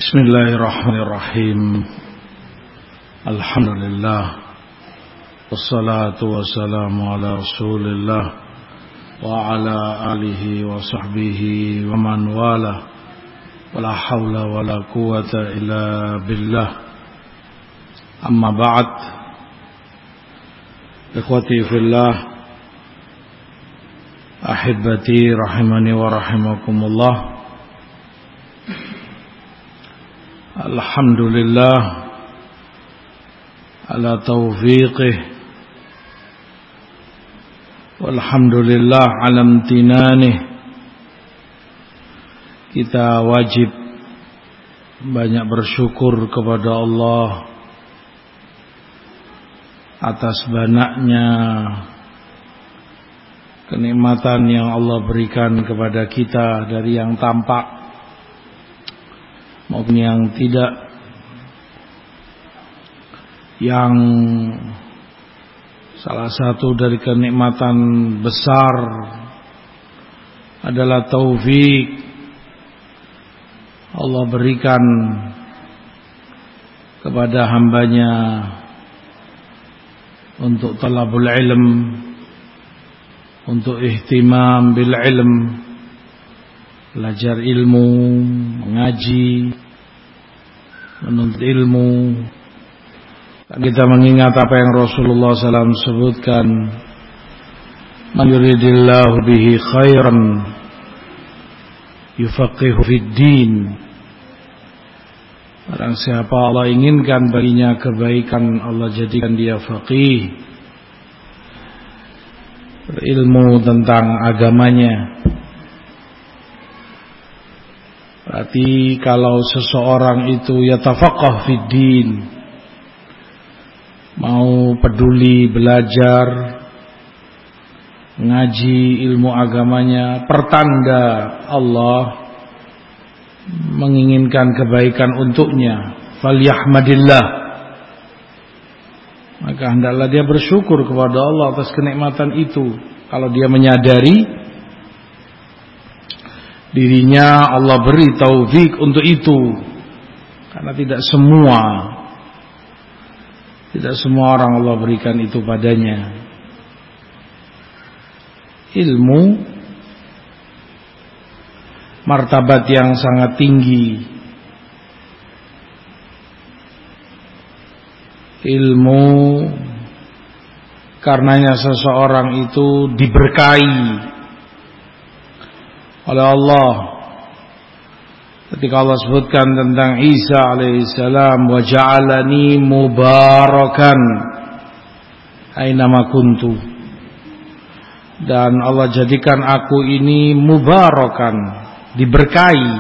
Bismillahirrahmanirrahim. Alhamdulillah. Wassalatu wassalamu ala Rasulillah wa ala alihi wa sahbihi wa man wala. Wala hawla wala quwata illa billah. Amma ba'd. Ikhwati fillah, ahibbati rahimani wa rahimakumullah. Alhamdulillah ala taufiqih, walhamdulillah ala amtinanih. Kita wajib banyak bersyukur kepada Allah atas banyaknya kenikmatan yang Allah berikan kepada kita, dari yang tampak maupun yang tidak. Yang salah satu dari kenikmatan besar adalah taufik Allah berikan kepada hambanya untuk talabul ilm, untuk ihtimam bil ilm, belajar ilmu, mengaji, menuntut ilmu. Dan kita mengingat apa yang Rasulullah SAW sebutkan, man yuridillahu bihi khairan yufaqihu fid din. Barang siapa Allah inginkan baginya kebaikan, Allah jadikan dia faqih, berilmu tentang agamanya. Berarti kalau seseorang itu yatafaqah fid din, mau peduli belajar, ngaji ilmu agamanya, pertanda Allah menginginkan kebaikan untuknya. Falyahmadillah, maka hendaklah dia bersyukur kepada Allah atas kenikmatan itu. Kalau dia menyadari dirinya Allah beri taufik untuk itu, karena tidak semua orang Allah berikan itu padanya. Ilmu martabat yang sangat tinggi. Ilmu karenanya seseorang itu diberkahi oleh Allah. Ketika Allah sebutkan tentang Isa alaihissalam, wa ja'alani mubarakan ainama kuntu, dan Allah jadikan aku ini mubarakan, diberkahi.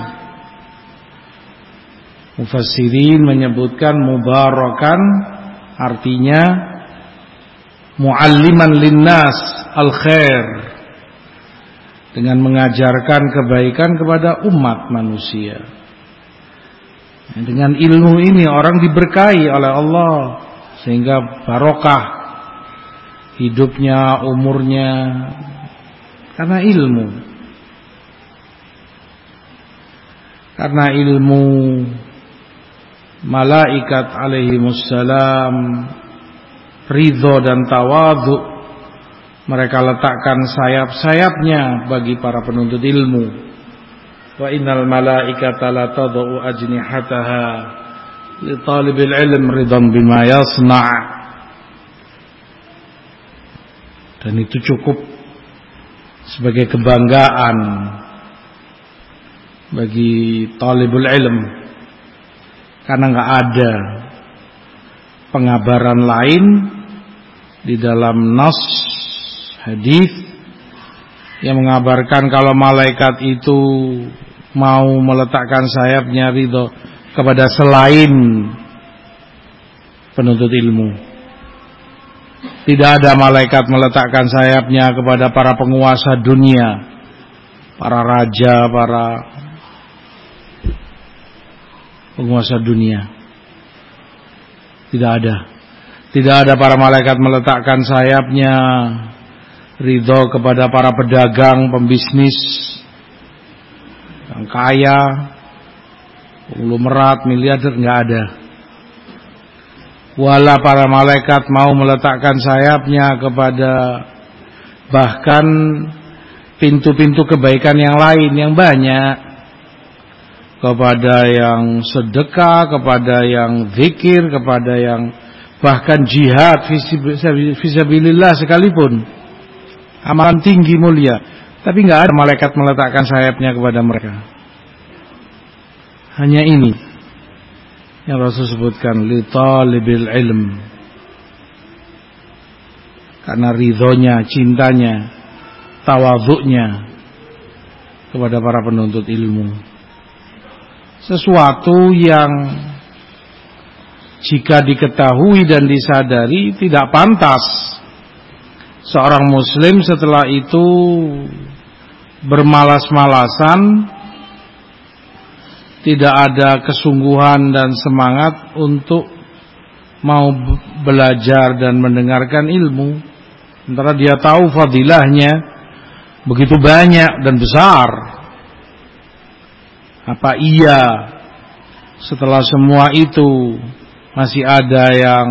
Mufassirin menyebutkan mubarakan artinya mualliman linnas al-khair, dengan mengajarkan kebaikan kepada umat manusia. Dengan ilmu ini orang diberkahi oleh Allah, sehingga barokah hidupnya, umurnya, karena ilmu. Karena ilmu, malaikat alaihimussalam ridho dan tawadhu, mereka letakkan sayap-sayapnya bagi para penuntut ilmu. Wa innal malaikata la tadau ajnihataha li talibil ilm ridan bima yasna'. Dan itu cukup sebagai kebanggaan bagi talibul ilm, karena enggak ada pengabaran lain di dalam nas hadis yang mengabarkan kalau malaikat itu mau meletakkan sayapnya ridho kepada selain penuntut ilmu. Tidak ada malaikat meletakkan sayapnya kepada para penguasa dunia, para raja, para penguasa dunia. Tidak ada para malaikat meletakkan sayapnya ridho kepada para pedagang, pembisnis yang kaya, konglomerat, miliarder, nggak ada. Wala para malaikat mau meletakkan sayapnya kepada bahkan pintu-pintu kebaikan yang lain yang banyak, kepada yang sedekah, kepada yang zikir, kepada yang bahkan jihad fisabilillah sekalipun, amalan tinggi mulia, tapi nggak ada malaikat meletakkan sayapnya kepada mereka. Hanya ini yang Rasul sebutkan, li talibil ilm, karena ridhonya, cintanya, tawadhu'nya kepada para penuntut ilmu. Sesuatu yang jika diketahui dan disadari tidak pantas seorang muslim setelah itu bermalas-malasan, tidak ada kesungguhan dan semangat untuk mau belajar dan mendengarkan ilmu. Sementara dia tahu fadilahnya begitu banyak dan besar. Apa iya setelah semua itu masih ada yang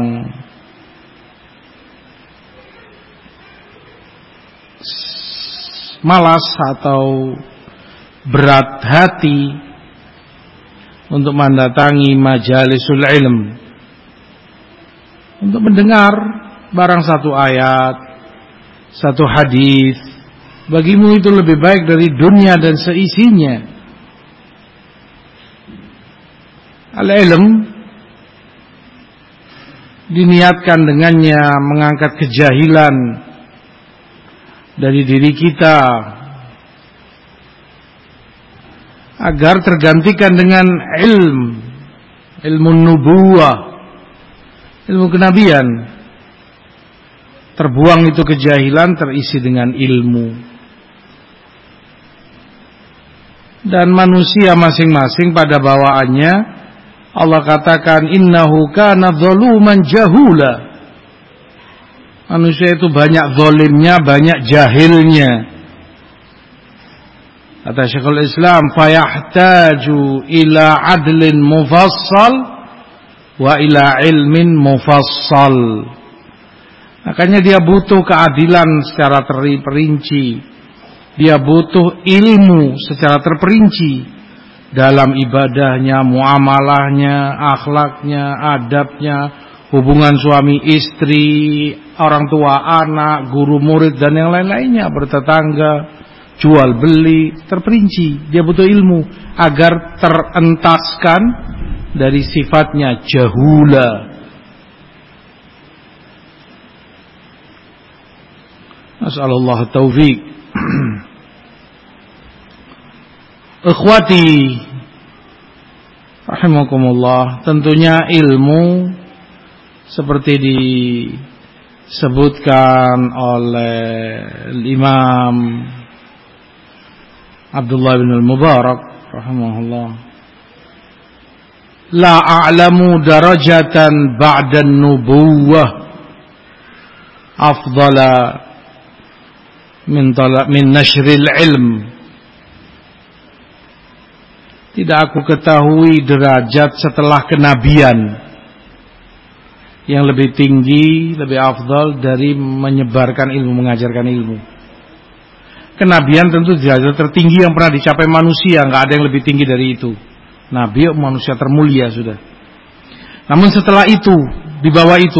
malas atau berat hati untuk mendatangi majalisul ilm, untuk mendengar barang satu ayat, satu hadis, bagimu itu lebih baik dari dunia dan seisinya. Al-ilm diniatkan dengannya mengangkat kejahilan dari diri kita agar tergantikan dengan ilmu nubuwah, ilmu kenabian. Terbuang itu kejahilan, terisi dengan ilmu. Dan manusia masing-masing pada bawaannya, Allah katakan innahu kana zaluman jahula. Manusia itu banyak zalimnya, banyak jahilnya. Kata Syekhul Islam, fayahtaju ila adlin mufassal wa ila ilmin mufassal. Makanya dia butuh keadilan secara terperinci. Dia butuh ilmu secara terperinci dalam ibadahnya, muamalahnya, akhlaknya, adabnya, hubungan suami istri, orang tua anak, guru murid dan yang lain-lainnya, bertetangga, jual beli, terperinci. Dia butuh ilmu agar terentaskan dari sifatnya jahula. Nasallallahu taufiq. Ikhwati rahimakumullah, tentunya ilmu seperti disebutkan oleh Imam Abdullah bin al-Mubarak rahimahullah, la a'lamu darajatan ba'da an-nubuwwah afdala min nashril ilm. Tidak aku ketahui derajat setelah kenabian yang lebih tinggi, lebih afdal dari menyebarkan ilmu, mengajarkan ilmu. Kenabian tentu derajat tertinggi yang pernah dicapai manusia, nggak ada yang lebih tinggi dari itu. Nabi manusia termulia sudah. Namun setelah itu, di bawah itu,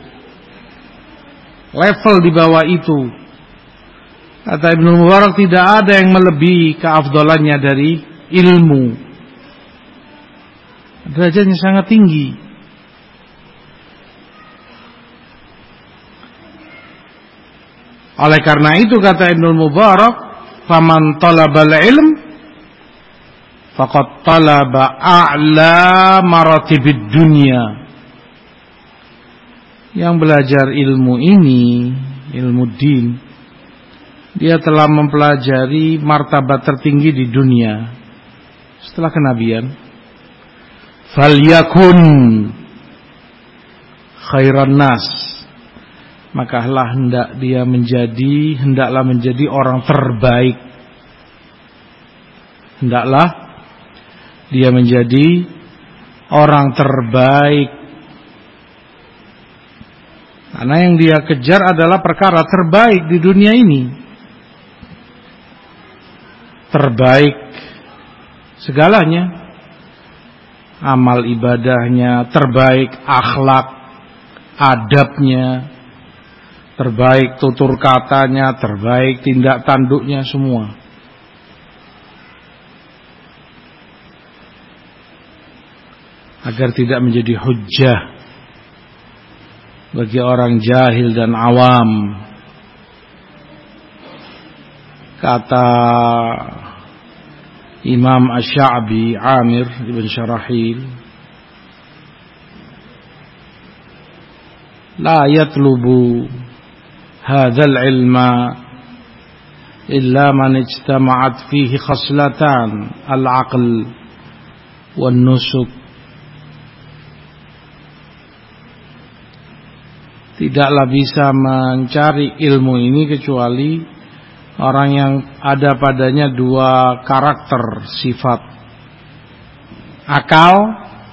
level di bawah itu, kata Ibnu Mubarak, tidak ada yang melebihi keafdalannya dari ilmu. Derajatnya sangat tinggi. Oleh karena itu kata Ibnu Mubarak, faman talabal ilm faqad talaba a'la maratibid dunya. Yang belajar ilmu ini, ilmu din, dia telah mempelajari martabat tertinggi di dunia setelah kenabian. Falyakun khairan nas, maka hendaklah menjadi orang terbaik. Hendaklah dia menjadi orang terbaik. Karena yang dia kejar adalah perkara terbaik di dunia ini. Terbaik segalanya. Amal ibadahnya, terbaik akhlak, adabnya, terbaik tutur katanya, terbaik tindak tanduknya, semua. Agar tidak menjadi hujjah bagi orang jahil dan awam. Kata Imam Asy-Sya'bi Amir ibn Syarahil, la yatlubu hadzal ilma illa man ijtama'at fihi khaslatan al-aql wan nusuk. Tidaklah bisa mencari ilmu ini kecuali orang yang ada padanya dua karakter sifat, akal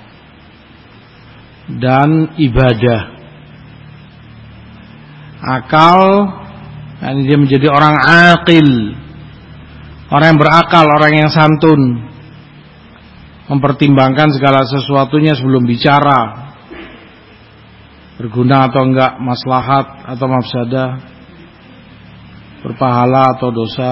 dan ibadah. Akal, yani dia menjadi orang aqil, orang yang berakal, orang yang santun, mempertimbangkan segala sesuatunya sebelum bicara, berguna atau enggak, maslahat atau mafsadah, berpahala atau dosa,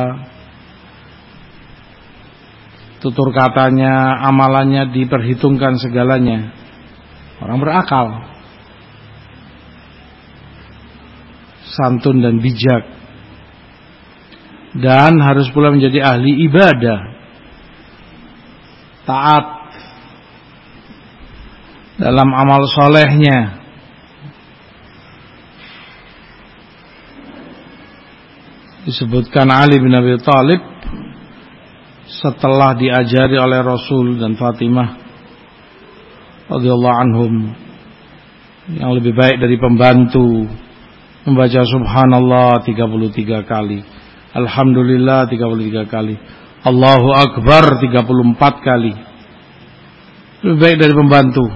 tutur katanya, amalannya diperhitungkan segalanya. Orang berakal, santun dan bijak, dan harus pula menjadi ahli ibadah, taat dalam amal solehnya. Disebutkan Ali bin Abi Thalib setelah diajari oleh Rasul dan Fatimah radhiyallahu anhum, yang lebih baik dari pembantu membaca subhanallah 33 kali, alhamdulillah 33 kali, Allahu Akbar 34 kali, lebih baik dari pembantu.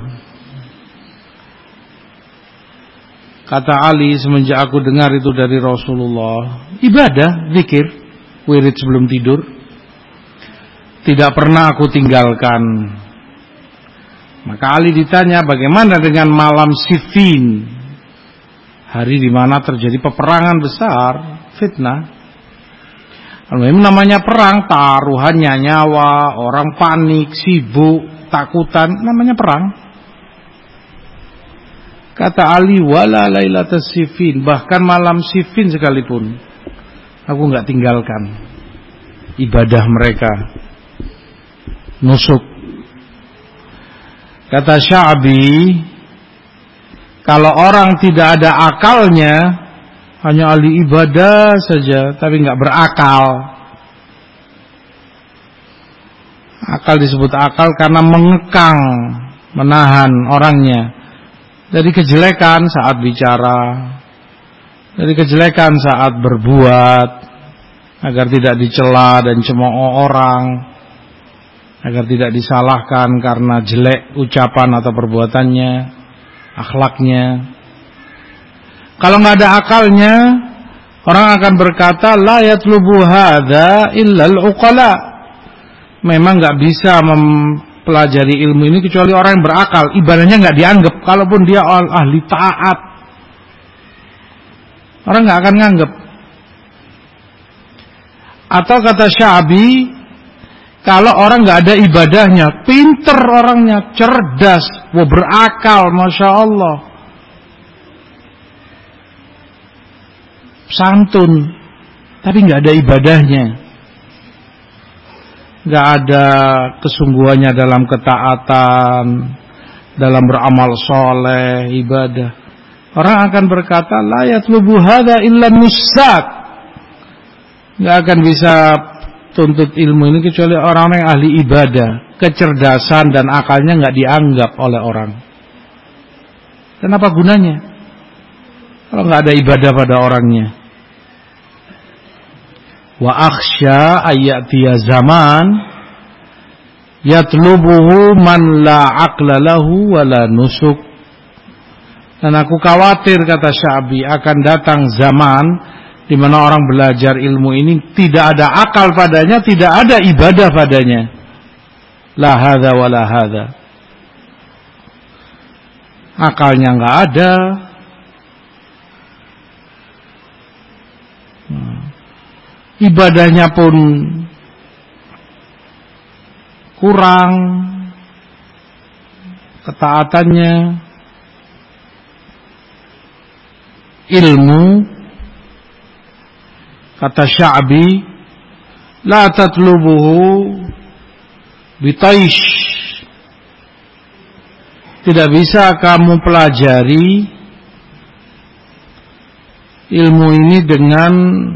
Kata Ali, semenjak aku dengar itu dari Rasulullah, ibadah, zikir, wirid sebelum tidur, tidak pernah aku tinggalkan. Maka Ali ditanya, bagaimana dengan malam Siffin, hari di mana terjadi peperangan besar, fitnah. Namanya perang, taruhannya nyawa, orang panik, sibuk, takutan, namanya perang. Kata Ali, wala lailatas Siffin, bahkan malam Siffin sekalipun aku enggak tinggalkan ibadah mereka, nusuk. Kata Sya'bi, kalau orang tidak ada akalnya, hanya ahli ibadah saja tapi enggak berakal. Akal disebut akal karena mengekang, menahan orangnya dari kejelekan saat bicara, dari kejelekan saat berbuat, agar tidak dicela dan cemooh orang, agar tidak disalahkan karena jelek ucapan atau perbuatannya, akhlaknya. Kalau nggak ada akalnya, orang akan berkata la yatlubu hadza illa al-uqala. Memang nggak bisa pelajari ilmu ini kecuali orang yang berakal. Ibadahnya nggak dianggap, kalaupun dia ahli taat, orang nggak akan nganggap. Atau kata Sya'bi, kalau orang nggak ada ibadahnya, pinter orangnya, cerdas, berakal, masya Allah, santun, tapi nggak ada ibadahnya, nggak ada kesungguhannya dalam ketaatan, dalam beramal soleh, ibadah, orang akan berkata la yatlubu hadza illa nussak. Nggak akan bisa tuntut ilmu ini kecuali orang yang ahli ibadah, kecerdasan dan akalnya nggak dianggap oleh orang. Kenapa gunanya kalau nggak ada ibadah pada orangnya? Wa akhsha ayyatiya zaman yatlubuhu man la aqla lahu wa la nusuk. Dan aku khawatir, kata Sya'bi, akan datang zaman di mana orang belajar ilmu ini tidak ada akal padanya, tidak ada ibadah padanya. La hadza wa la hadza. Akalnya enggak ada. Ibadahnya pun kurang, ketaatannya, ilmu, kata Sya'bi, la tatlubuhu bitaish. Tidak bisa kamu pelajari ilmu ini dengan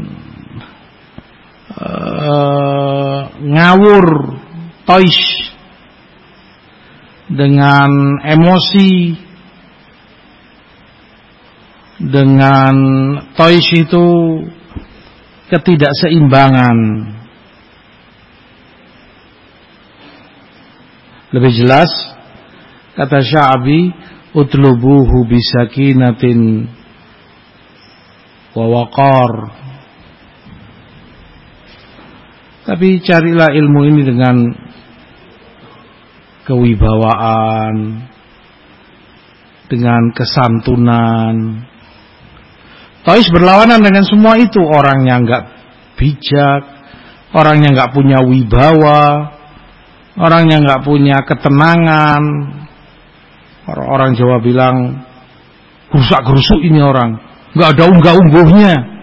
ngawur, toish, dengan emosi, dengan toish itu ketidakseimbangan. Lebih jelas, kata Sya'bi, utlubuhu bisakinatin wa waqar. Tapi carilah ilmu ini dengan kewibawaan, dengan kesantunan. Tois berlawanan dengan semua itu. Orangnya enggak bijak, orangnya enggak punya wibawa, orangnya enggak punya ketenangan. Orang Jawa bilang gerusak-gerusuk ini orang, enggak ada unggah-ungguhnya.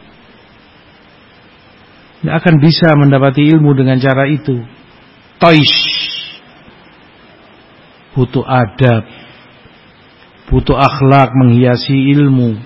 Tidak akan bisa mendapati ilmu dengan cara itu. Tois, butuh adab, butuh akhlak menghiasi ilmu.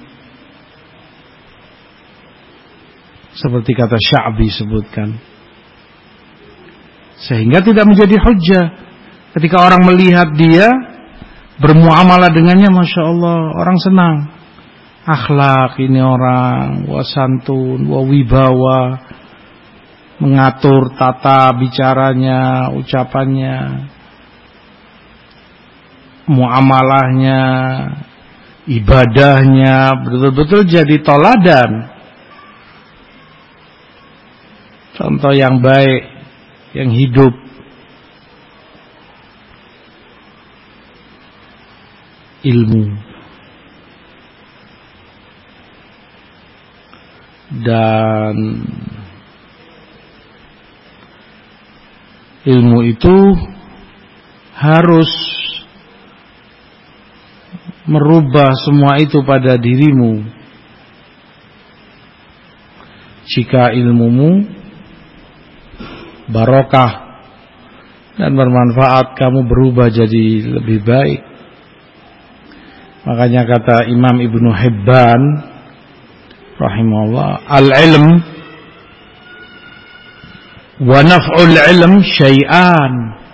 Seperti kata Sya'bi sebutkan. Sehingga tidak menjadi hujjah. Ketika orang melihat dia bermuamalah dengannya, Masya Allah, orang senang. Akhlak ini orang, wasantun, wawibawa, mengatur tata bicaranya, ucapannya, muamalahnya, ibadahnya, betul-betul jadi toladan. Contoh yang baik, yang hidup. Ilmu. Dan ilmu itu harus merubah semua itu pada dirimu. Jika ilmumu barokah dan bermanfaat, kamu berubah jadi lebih baik. Makanya kata Imam Ibnu Hibban rahimahullah, al-ilm wa naf'ul ilm syai'an.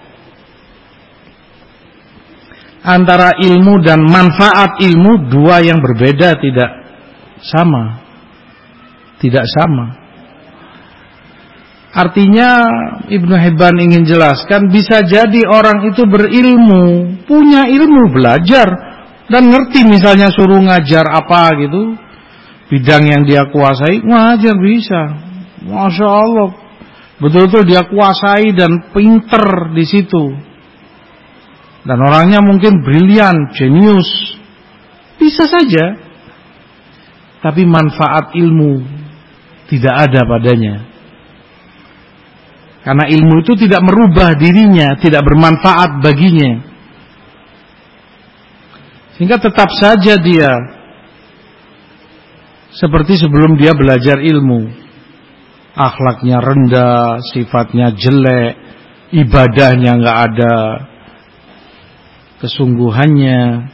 Antara ilmu dan manfaat ilmu dua yang berbeda, tidak sama. Tidak sama. Artinya Ibnu Hibban ingin jelaskan, bisa jadi orang itu berilmu, punya ilmu, belajar dan ngerti, misalnya suruh ngajar apa gitu, bidang yang dia kuasai, ngajar bisa. Masya Allah, betul-betul dia kuasai dan pinter di situ. Dan orangnya mungkin brilian, jenius, bisa saja. Tapi manfaat ilmu tidak ada padanya. Karena ilmu itu tidak merubah dirinya, tidak bermanfaat baginya. Sehingga tetap saja dia seperti sebelum dia belajar ilmu. Akhlaknya rendah, sifatnya jelek, ibadahnya enggak ada kesungguhannya.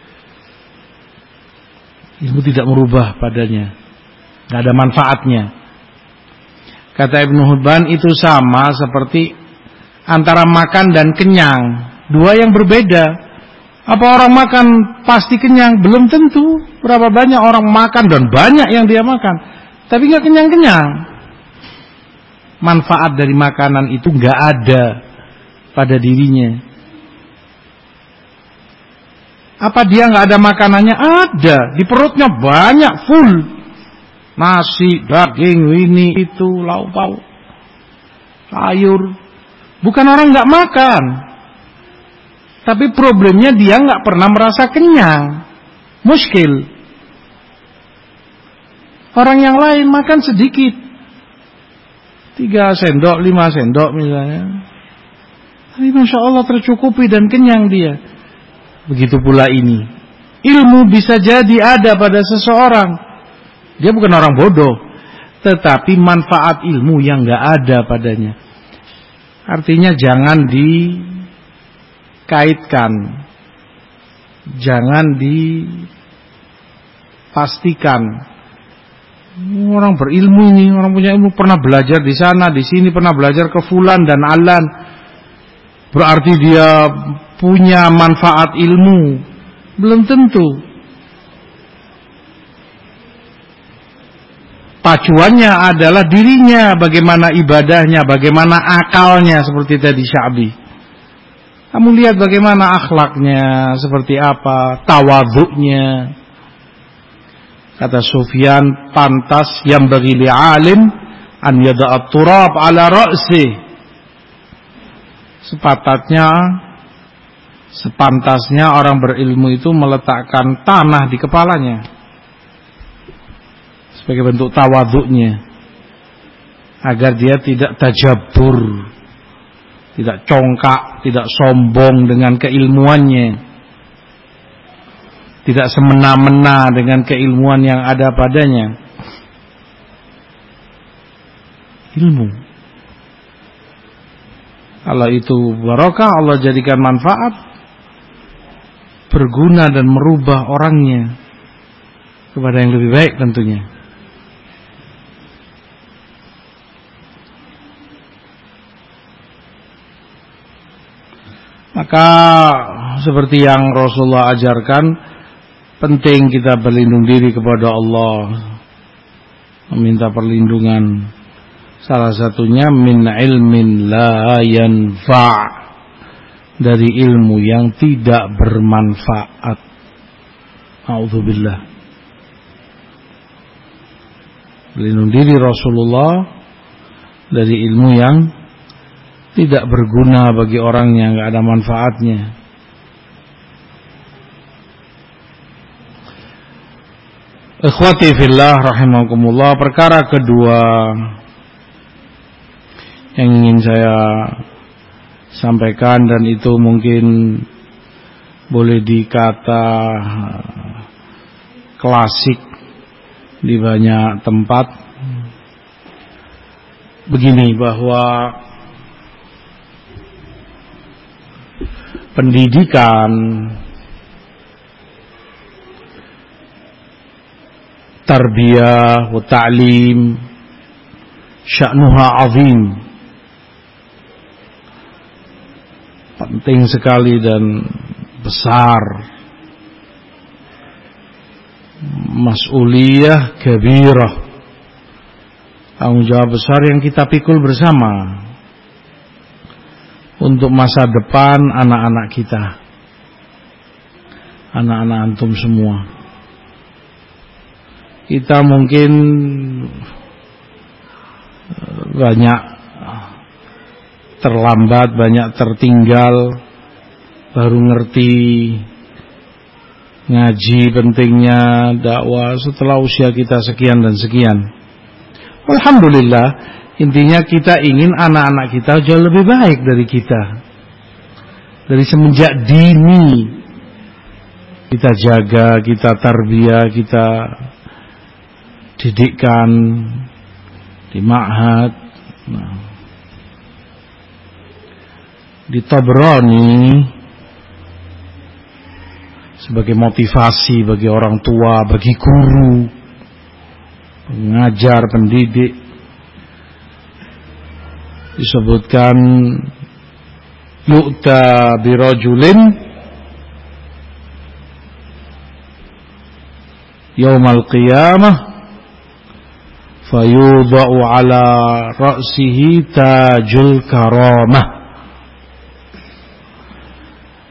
Ilmu tidak merubah padanya, enggak ada manfaatnya. Kata Ibnu Hibban, itu sama seperti antara makan dan kenyang, dua yang berbeda. Apa orang makan pasti kenyang? Belum tentu. Berapa banyak orang makan dan banyak yang dia makan, tapi enggak kenyang-kenyang. Manfaat dari makanan itu enggak ada pada dirinya. Apa dia nggak ada makanannya? Ada, di perutnya banyak, full. Nasi, daging, ini, itu, lauk pauk, sayur. Bukan orang nggak makan, tapi problemnya dia nggak pernah merasa kenyang. Muskil. Orang yang lain makan sedikit, 3 sendok, 5 sendok misalnya, tapi Masya Allah tercukupi dan kenyang dia. Begitu pula ini. Ilmu bisa jadi ada pada seseorang. Dia bukan orang bodoh, tetapi manfaat ilmu yang gak ada padanya. Artinya jangan dikaitkan, jangan dipastikan. Orang berilmu ini, orang punya ilmu, pernah belajar di sana, di sini, pernah belajar ke fulan dan alan, berarti dia punya manfaat ilmu. Belum tentu. Pacuannya adalah dirinya, bagaimana ibadahnya, bagaimana akalnya, seperti tadi Sya'bi. Kamu lihat bagaimana akhlaknya, seperti apa, tawadhu'nya. Kata Sufyan, pantas yang bagi li'alim an yada'at turab ala ra'sih. Sepantasnya orang berilmu itu meletakkan tanah di kepalanya sebagai bentuk tawadhu'nya, agar dia tidak tajabur, tidak congkak, tidak sombong dengan keilmuannya, tidak semena-mena dengan keilmuan yang ada padanya. Ilmu, kalau itu barokah, Allah jadikan manfaat, berguna dan merubah orangnya kepada yang lebih baik tentunya. Maka seperti yang Rasulullah ajarkan, penting kita berlindung diri kepada Allah, meminta perlindungan. Salah satunya min ilmin la yanfa', dari ilmu yang tidak bermanfaat. A'udzubillah. Berlindung diri Rasulullah dari ilmu yang tidak berguna bagi orang yang tidak ada manfaatnya. Ikhwati fillah rahimakumullah, perkara kedua yang ingin saya sampaikan, dan itu mungkin boleh dikata klasik di banyak tempat, begini, bahwa pendidikan, tarbiyah wa ta'lim, sya'nuha azim, penting sekali dan besar, mas'uliyah kabirah, tanggung jawab besar yang kita pikul bersama untuk masa depan anak-anak kita, anak-anak antum semua. Kita mungkin banyak terlambat, banyak tertinggal, baru ngerti ngaji pentingnya dakwah setelah usia kita sekian dan sekian. Alhamdulillah, intinya kita ingin anak-anak kita jauh lebih baik dari kita. Dari semenjak dini kita jaga, kita tarbiyah, kita didikkan di ma'had, di Tabrani, sebagai motivasi bagi orang tua, bagi guru, pengajar, pendidik. Disebutkan yu'ta birajulin yaumal qiyamah fayudha'u ala ra'sihi tajul karamah.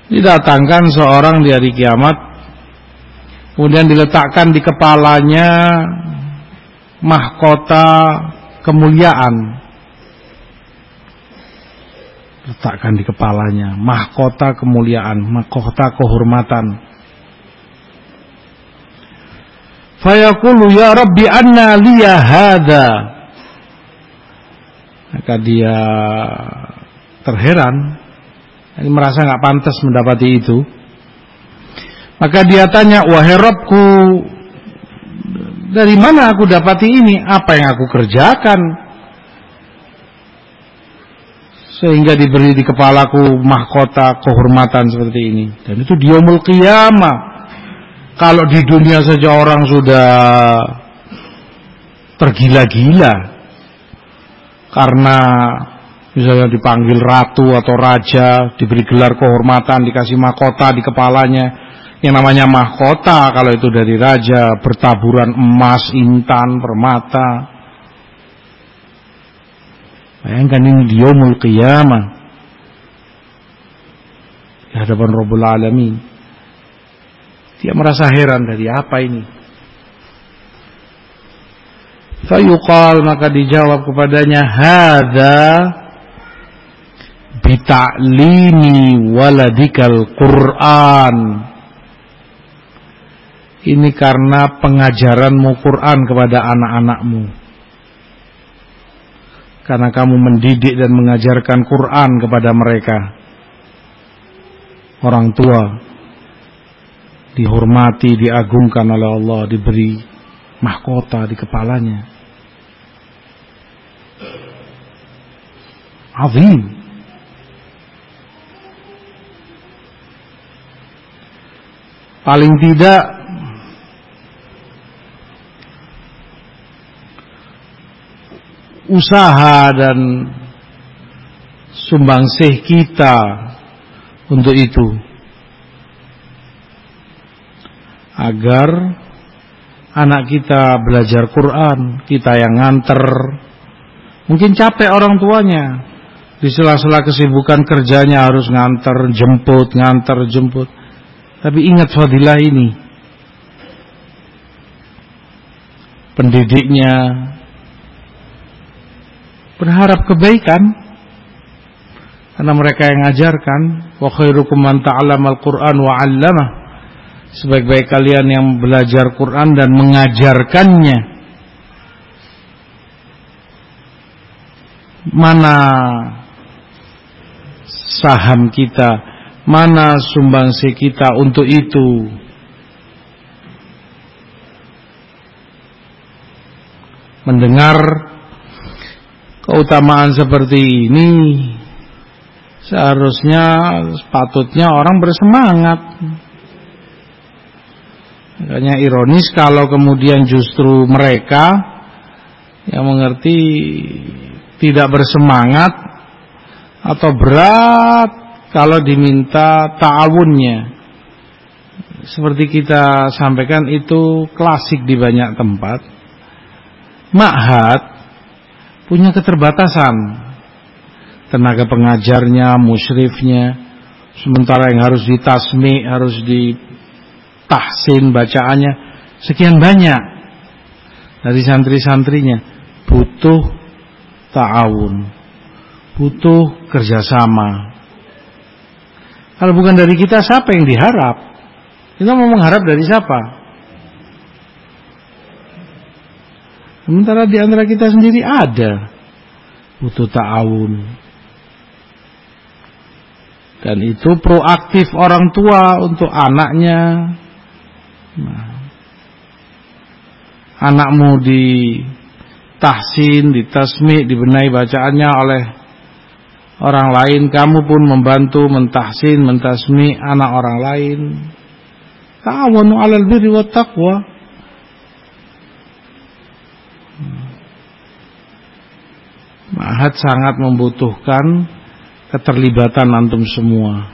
Didatangkan seorang di hari kiamat, kemudian diletakkan di kepalanya mahkota kemuliaan. Letakkan di kepalanya mahkota kemuliaan, mahkota kehormatan. Fayaqulu ya Rabbi anna liya hadza. Maka dia terheran, ini merasa nggak pantas mendapati itu. Maka dia tanya, wahai Rabbku, dari mana aku dapati ini? Apa yang aku kerjakan sehingga diberi di kepalaku mahkota kehormatan seperti ini? Dan itu di yaumul qiyamah. Kalau di dunia saja orang sudah tergila-gila karena misalnya dipanggil ratu atau raja, diberi gelar kehormatan, dikasih mahkota di kepalanya. Yang namanya mahkota kalau itu dari raja, bertaburan emas, intan, permata. Bayangkan ini di yaumul qiyamah, di hadapan Rabbul Alamin. Dia merasa heran, dari apa ini? Fayuqal, maka dijawab kepadanya, hadza bita'limi waladikal Qur'an. Ini karena pengajaranmu Quran kepada anak-anakmu. Karena kamu mendidik dan mengajarkan Quran kepada mereka. Orang tua dihormati, diagungkan oleh Allah, diberi mahkota di kepalanya. Azim. Paling tidak usaha dan sumbangsih kita untuk itu, agar anak kita belajar Quran, kita yang nganter. Mungkin capek orang tuanya, di sela-sela kesibukan kerjanya harus nganter, jemput. Tapi ingat fadilah ini. Pendidiknya berharap kebaikan, karena mereka yang ngajarkan. Wa khairukum man ta'allamal Qur'an wa 'allamah. Sebaik-baik kalian yang belajar Quran dan mengajarkannya. Mana saham kita, mana sumbangsi kita untuk itu? Mendengar keutamaan seperti ini, seharusnya sepatutnya orang bersemangat. Makanya ironis kalau kemudian justru mereka yang mengerti tidak bersemangat atau berat kalau diminta ta'awunnya. Seperti kita sampaikan, itu klasik di banyak tempat. Ma'had punya keterbatasan tenaga pengajarnya, musyrifnya, sementara yang harus ditasmi, harus tahsin bacaannya sekian banyak dari santri-santrinya. Butuh ta'awun, butuh kerjasama. Kalau bukan dari kita, siapa yang diharap? Kita mau mengharap dari siapa? Sementara di antara kita sendiri ada. Butuh ta'awun. Dan itu proaktif orang tua untuk anaknya. Anakmu ditahsin, ditasmi, dibenahi bacaannya oleh orang lain, kamu pun membantu mentahsin, mentasmi anak orang lain. Ta'awanu 'alal birri wat taqwa. Ma'had sangat membutuhkan keterlibatan antum semua.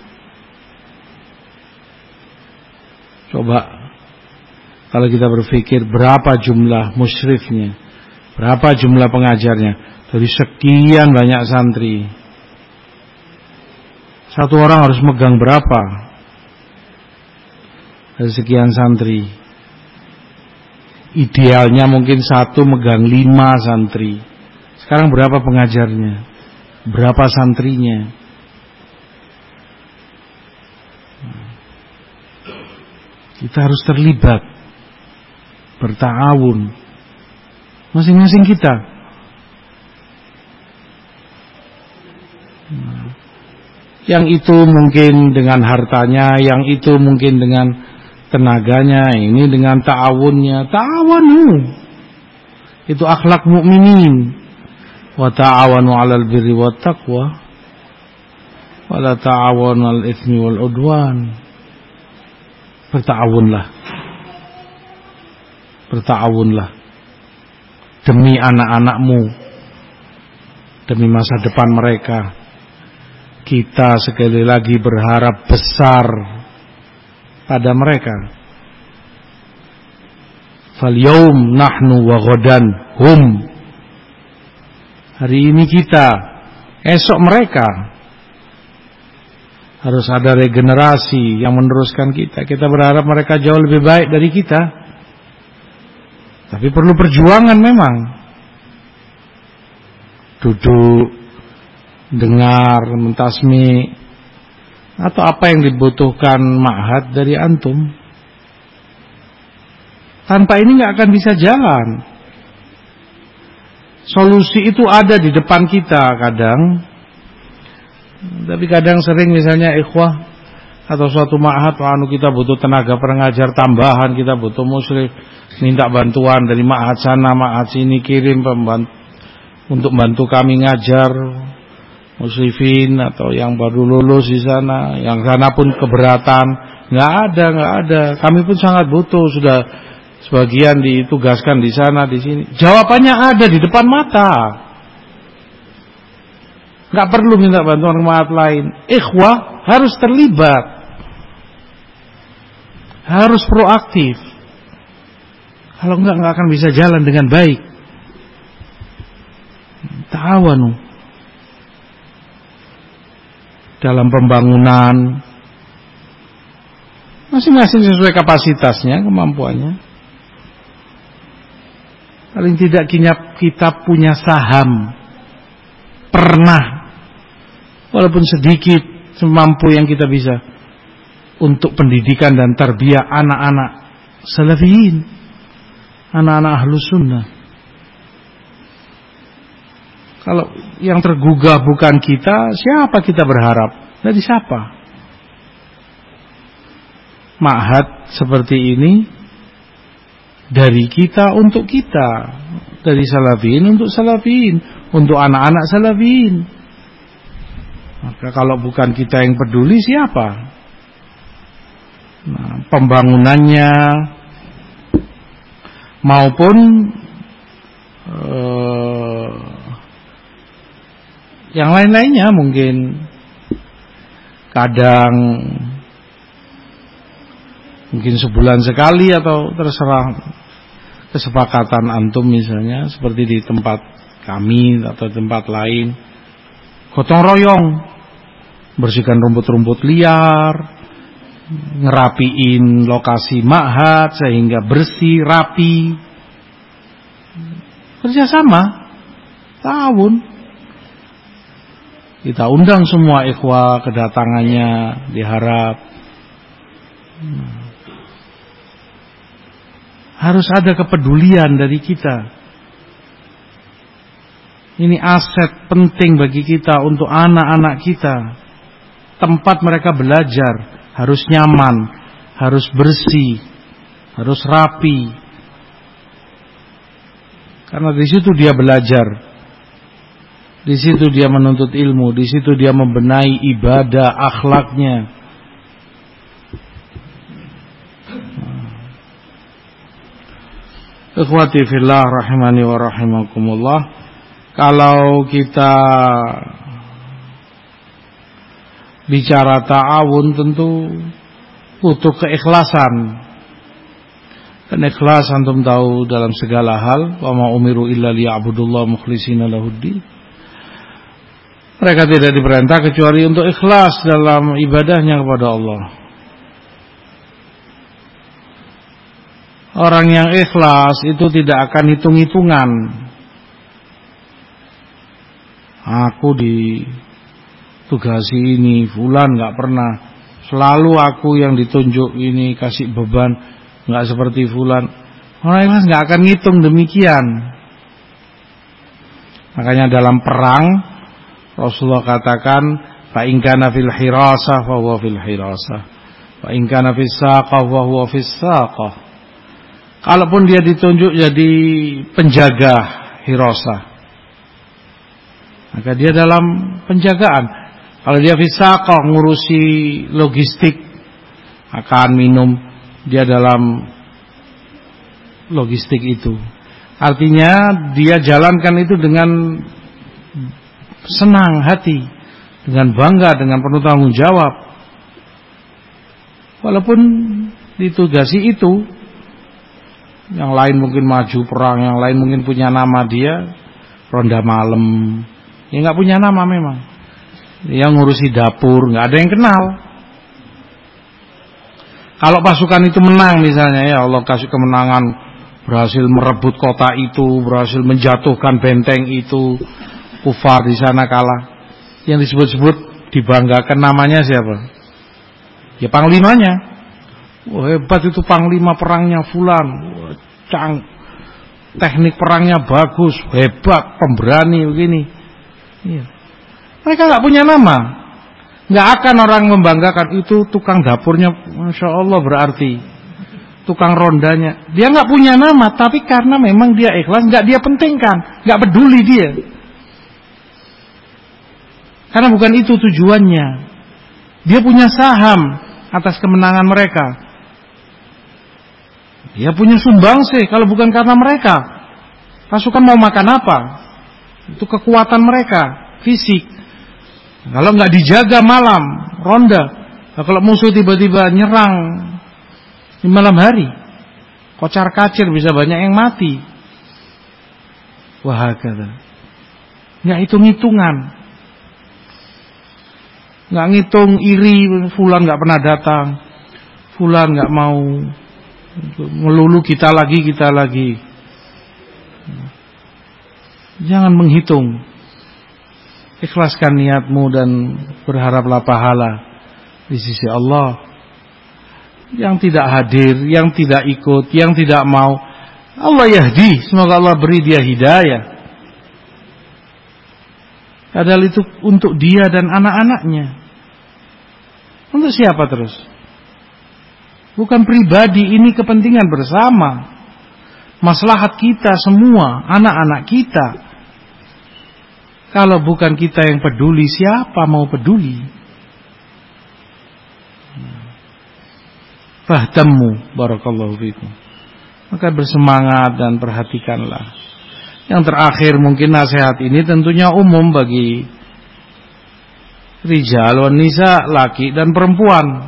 Coba kalau kita berpikir berapa jumlah musyrifnya, berapa jumlah pengajarnya dari sekian banyak santri. Satu orang harus megang berapa? Dari sekian santri. Idealnya mungkin satu megang 5 santri. Sekarang berapa pengajarnya? Berapa santrinya? Kita harus terlibat, berta'awun, masing-masing kita. Yang itu mungkin dengan hartanya, yang itu mungkin dengan tenaganya, ini dengan ta'awunnya. Ta'awanu, itu akhlak mukminin. Wa ta'awanu 'alal birri wat taqwa wa la ta'awanu 'alal itsmi wal 'udwan. Berta'awunlah demi anak-anakmu, demi masa depan mereka. Kita sekali lagi berharap besar pada mereka. Fal yaum nahnu wa ghadan hum. Hari ini kita, esok mereka. Harus ada regenerasi yang meneruskan kita. Kita berharap mereka jauh lebih baik dari kita. Tapi perlu perjuangan memang. Duduk, dengar, mentasmi, atau apa yang dibutuhkan ma'had dari antum. Tanpa ini gak akan bisa jalan. Solusi itu ada di depan kita kadang. Tapi kadang sering misalnya ikhwah atau suatu ma'had, kita butuh tenaga pengajar tambahan, kita butuh musyrif, minta bantuan dari ma'had sana, ma'had sini, kirim untuk bantu kami ngajar musyrifin atau yang baru lulus di sana, yang sana pun keberatan. Nggak ada. Kami pun sangat butuh, sudah sebagian ditugaskan di sana, di sini. Jawabannya ada di depan mata. Nggak perlu minta bantuan jemaat lain. Ikhwah harus terlibat, harus proaktif. Kalau nggak akan bisa jalan dengan baik. Ta'awanu dalam pembangunan, masing-masing sesuai kapasitasnya, kemampuannya. Paling tidak kita punya saham, pernah, walaupun sedikit, semampu yang kita bisa, untuk pendidikan dan tarbiyah anak-anak salafiyin, anak-anak ahlus sunnah. Kalau yang tergugah bukan kita, siapa kita berharap? Dari siapa? Ma'had seperti ini dari kita untuk kita, dari salafiyin untuk salafiyin, untuk anak-anak salafiyin. Maka kalau bukan kita yang peduli, siapa? Nah, pembangunannya maupun yang lain-lainnya mungkin kadang mungkin sebulan sekali atau terserah kesepakatan antum misalnya seperti di tempat kami atau tempat lain, gotong royong bersihkan rumput-rumput liar, ngerapiin lokasi ma'had sehingga bersih, rapi, kerjasama, ta'awun. Kita undang semua ikhwah, kedatangannya diharap harus ada kepedulian dari kita. Ini aset penting bagi kita untuk anak-anak kita. Tempat mereka belajar harus nyaman, harus bersih, harus rapi. Karena di situ dia belajar. Di situ dia menuntut ilmu, di situ dia membenahi ibadah, akhlaknya. Ikhwati fillah rahimani wa rahimakumullah. Kalau kita bicara ta'awun tentu butuh keikhlasan. Dan ikhlas antum tahu dalam segala hal, wa ma umiru illa liya'budullaha mukhlishina lahuddin. Mereka tidak diperintah kecuali untuk ikhlas dalam ibadahnya kepada Allah. Orang yang ikhlas itu tidak akan hitung-hitungan. Aku ditugasi ini, fulan gak pernah. Selalu aku yang ditunjuk ini, kasih beban, gak seperti fulan. Orang ikhlas gak akan ngitung demikian. Makanya dalam perang Rasulullah katakan, fa in kana fil hirasah fa huwa fil hirasah, fa in kana fis saqah fa huwa fis saqah. Kalaupun dia ditunjuk jadi penjaga hirasah, maka dia dalam penjagaan. Kalau dia fis saqah, ngurusi logistik, makan, minum, dia dalam logistik itu. Artinya dia jalankan itu dengan senang hati, dengan bangga, dengan penuh tanggung jawab. Walaupun ditugasi itu, yang lain mungkin maju perang, yang lain mungkin punya nama, dia ronda malam, ya nggak punya nama memang. Dia ngurusi dapur, nggak ada yang kenal. Kalau pasukan itu menang misalnya, ya Allah kasih kemenangan, berhasil merebut kota itu, berhasil menjatuhkan benteng itu, kufar di sana kalah. Yang disebut-sebut dibanggakan namanya siapa? Ya panglimanya. Wah, hebat itu panglima perangnya fulan. Wah, teknik perangnya bagus, hebat, pemberani begini. Iya. Mereka nggak punya nama. Nggak akan orang membanggakan itu tukang dapurnya, masya Allah berarti. Tukang rondanya, dia nggak punya nama, tapi karena memang dia ikhlas, nggak dia pentingkan, nggak peduli dia. Karena bukan itu tujuannya. Dia punya saham atas kemenangan mereka. Dia punya sumbangsih kalau bukan karena mereka. Pasukan mau makan apa? Itu kekuatan mereka, fisik. Kalau nggak dijaga malam, ronda. Nah, kalau musuh tiba-tiba nyerang di malam hari, kocar kacir bisa banyak yang mati. Wah, kata. Nggak hitung-hitungan. Nggak ngitung iri, fulan nggak pernah datang, fulan nggak mau, melulu kita lagi. Jangan menghitung. Ikhlaskan niatmu dan berharaplah pahala di sisi Allah. Yang tidak hadir, yang tidak ikut, yang tidak mau, Allah yahdi, semoga Allah beri dia hidayah. Padahal itu untuk dia dan anak-anaknya. Untuk siapa terus? Bukan pribadi, ini kepentingan bersama. Maslahat kita semua, anak-anak kita. Kalau bukan kita yang peduli, siapa mau peduli? Fahtammu, barakallahu fikum. Maka bersemangat dan perhatikanlah. Yang terakhir mungkin nasihat ini tentunya umum bagi rijal wan nisa, laki dan perempuan.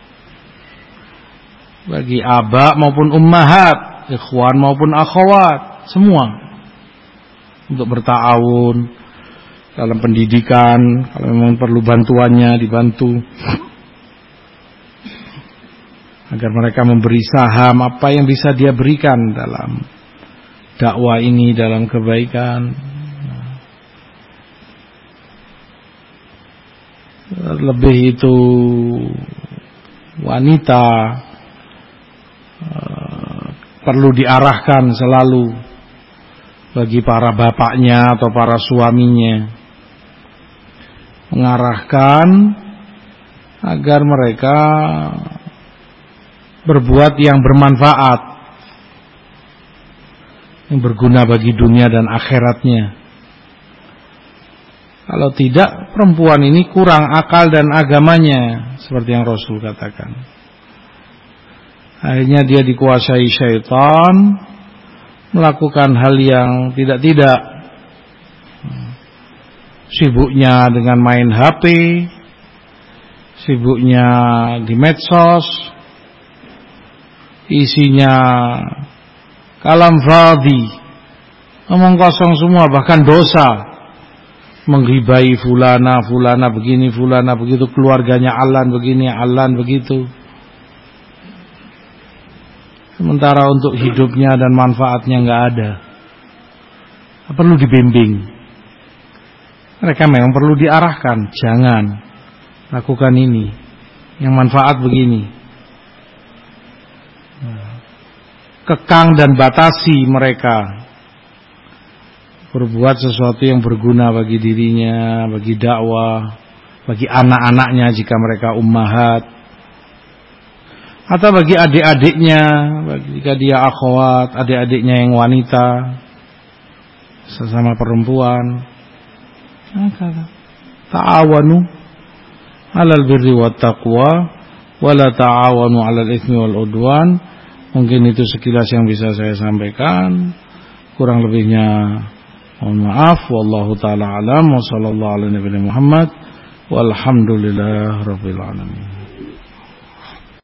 Bagi aba maupun ummahat, ikhwan maupun akhwat, semua. Untuk berta'awun dalam pendidikan, kalau memang perlu bantuannya dibantu. Agar mereka memberi saham apa yang bisa dia berikan dalam dakwah ini, dalam kebaikan. Lebih itu wanita perlu diarahkan selalu bagi para bapaknya atau para suaminya, mengarahkan agar mereka berbuat yang bermanfaat, yang berguna bagi dunia dan akhiratnya. Kalau tidak, perempuan ini kurang akal dan agamanya, seperti yang Rasul katakan. Akhirnya dia dikuasai syaitan, melakukan hal yang tidak-tidak. Sibuknya dengan main HP, sibuknya di medsos, isinya kalam fadhi, omong kosong semua, bahkan dosa. menghibai fulana begini, fulana begitu, keluarganya Alan begini, Alan begitu. Sementara untuk hidupnya dan manfaatnya nggak ada. Perlu dibimbing. Mereka memang perlu diarahkan, jangan lakukan ini, yang manfaat begini. Kekang dan batasi mereka berbuat sesuatu yang berguna bagi dirinya, bagi dakwah, bagi anak-anaknya jika mereka ummahat, atau bagi adik-adiknya, jika dia akhwat, adik-adiknya yang wanita, sesama perempuan. Ta'awanu 'alal birri wat taqwa wa la ta'awanu 'alal itsmi wal 'udwan. Mungkin itu sekilas yang bisa saya sampaikan. Kurang lebihnya mohon maaf. Wallahu taala alam wa sallallahu ala nabiyina Muhammad walhamdulillahirabbil alamin.